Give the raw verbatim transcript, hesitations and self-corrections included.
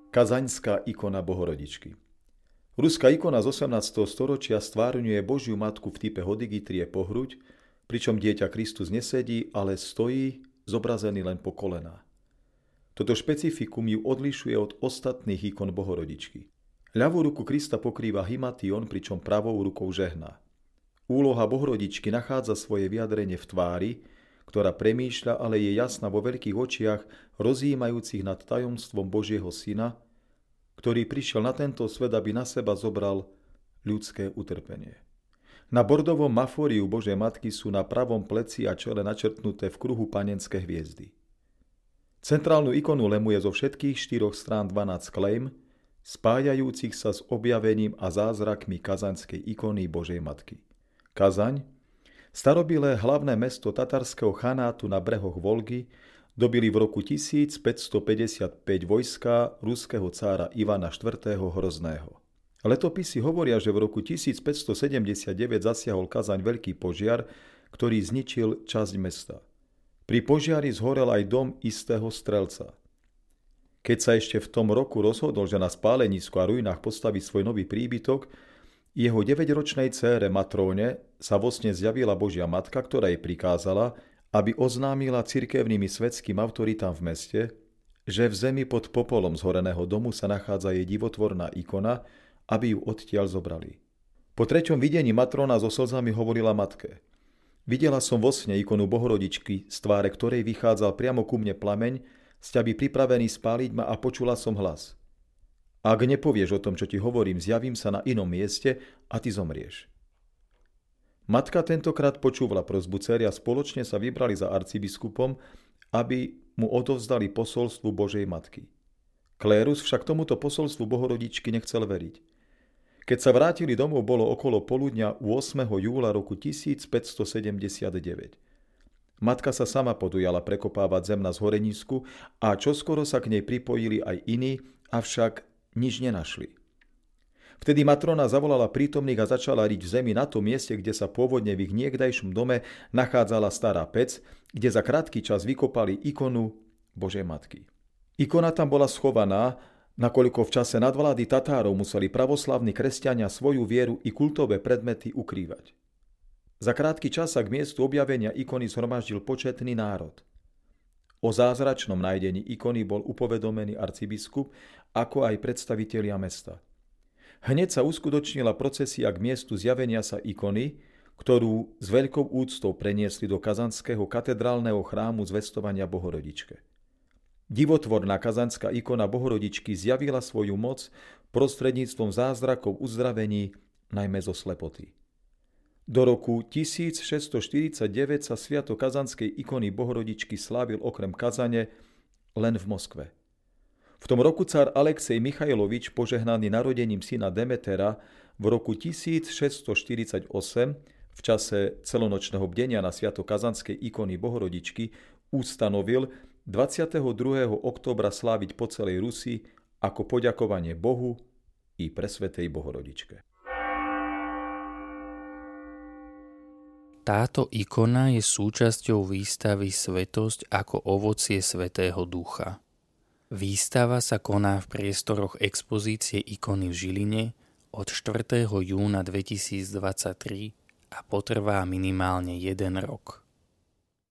Kazaňská ikona Bohorodičky. Ruská ikona z osemnásteho storočia stvárňuje Božiu matku v type hodigitrie po hruď, pričom dieťa Kristus nesedí, ale stojí, zobrazený len po kolená. Toto špecifikum ju odlišuje od ostatných ikon Bohorodičky. Ľavú ruku Krista pokrýva hymation, pričom pravou rukou žehná. Úloha Bohorodičky nachádza svoje vyjadrenie v tvári, ktorá premýšľa, ale je jasná vo veľkých očiach, rozjímajúcich nad tajomstvom Božieho Syna, ktorý prišiel na tento svet, aby na seba zobral ľudské utrpenie. Na bordovom mafóriu Božej Matky sú na pravom pleci a čele načrtnuté v kruhu panenské hviezdy. Centrálnu ikonu lemuje zo všetkých štyroch strán dvanásť klejm, spájajúcich sa s objavením a zázrakmi kazaňskej ikony Božej Matky. Kazaň, starobilé hlavné mesto tatarského chanátu na brehoch Volgy, dobili v roku tisícpäťstopäťdesiatpäť vojska ruského cára Ivana štvrtého. Hrozného. Letopisy hovoria, že v roku tisícpäťstosedemdesiatdeväť zasiahol Kazaň veľký požiar, ktorý zničil časť mesta. Pri požiari zhorel aj dom istého strelca. Keď sa ešte v tom roku rozhodol, že na spálenisku a ruinách postaví svoj nový príbytok, jeho deväťročnej dcére Matróne sa vo sne zjavila Božia Matka, ktorá jej prikázala, aby oznámila cirkevným i svetským autoritám v meste, že v zemi pod popolom zhoreného domu sa nachádza jej divotvorná ikona, aby ju odtiaľ zobrali. Po treťom videní Matrona so slzami hovorila matke: Videla som vo sne ikonu Bohorodičky, z tváre ktorej vychádzal priamo ku mne plameň, s ťaby pripravený spáliť ma, a počula som hlas: Ak nepovieš o tom, čo ti hovorím, zjavím sa na inom mieste a ty zomrieš. Matka tentokrát počúvala prosbu dcery a spoločne sa vybrali za arcibiskupom, aby mu odovzdali posolstvu Božej Matky. Klérus však tomuto posolstvu Bohorodičky nechcel veriť. Keď sa vrátili domov, bolo okolo poludňa ôsmeho júla roku tisícpäťstosedemdesiatdeväť. Matka sa sama podujala prekopávať zem na zhorenisku a čoskoro sa k nej pripojili aj iní, avšak nič nenašli. Vtedy Matrona zavolala prítomných a začala riť v zemi na tom mieste, kde sa pôvodne v ich niekdajšom dome nachádzala stará pec, kde za krátky čas vykopali ikonu Božej Matky. Ikona tam bola schovaná, nakoľko v čase nadvlády Tatárov museli pravoslavní kresťania svoju vieru i kultové predmety ukrývať. Za krátky čas sa k miestu objavenia ikony zhromaždil početný národ. O zázračnom nájdení ikony bol upovedomený arcibiskup, ako aj predstavitelia mesta. Hneď sa uskutočnila procesia k miestu zjavenia sa ikony, ktorú s veľkou úctou preniesli do kazanského katedrálneho chrámu zvestovania Bohorodičke. Divotvorná kazaňská ikona Bohorodičky zjavila svoju moc prostredníctvom zázrakov uzdravení, najmä zo slepoty. Do roku tisícšesťstoštyridsaťdeväť sa sviatok kazanskej ikony Bohorodičky slávil okrem Kazane len v Moskve. V tom roku cár Alexej Michajlovič, požehnaný narodením syna Demetera, v roku tisícšesťstoštyridsaťosem, v čase celonočného bdenia na sviatok kazanskej ikony Bohorodičky, ustanovil dvadsiateho druhého októbra sláviť po celej Rusi ako poďakovanie Bohu i presvätej Bohorodičke. Táto ikona je súčasťou výstavy Svetosť ako ovocie Svätého Ducha. Výstava sa koná v priestoroch expozície ikony v Žiline od štvrtého júna dvetisícdvadsaťtri a potrvá minimálne jeden rok.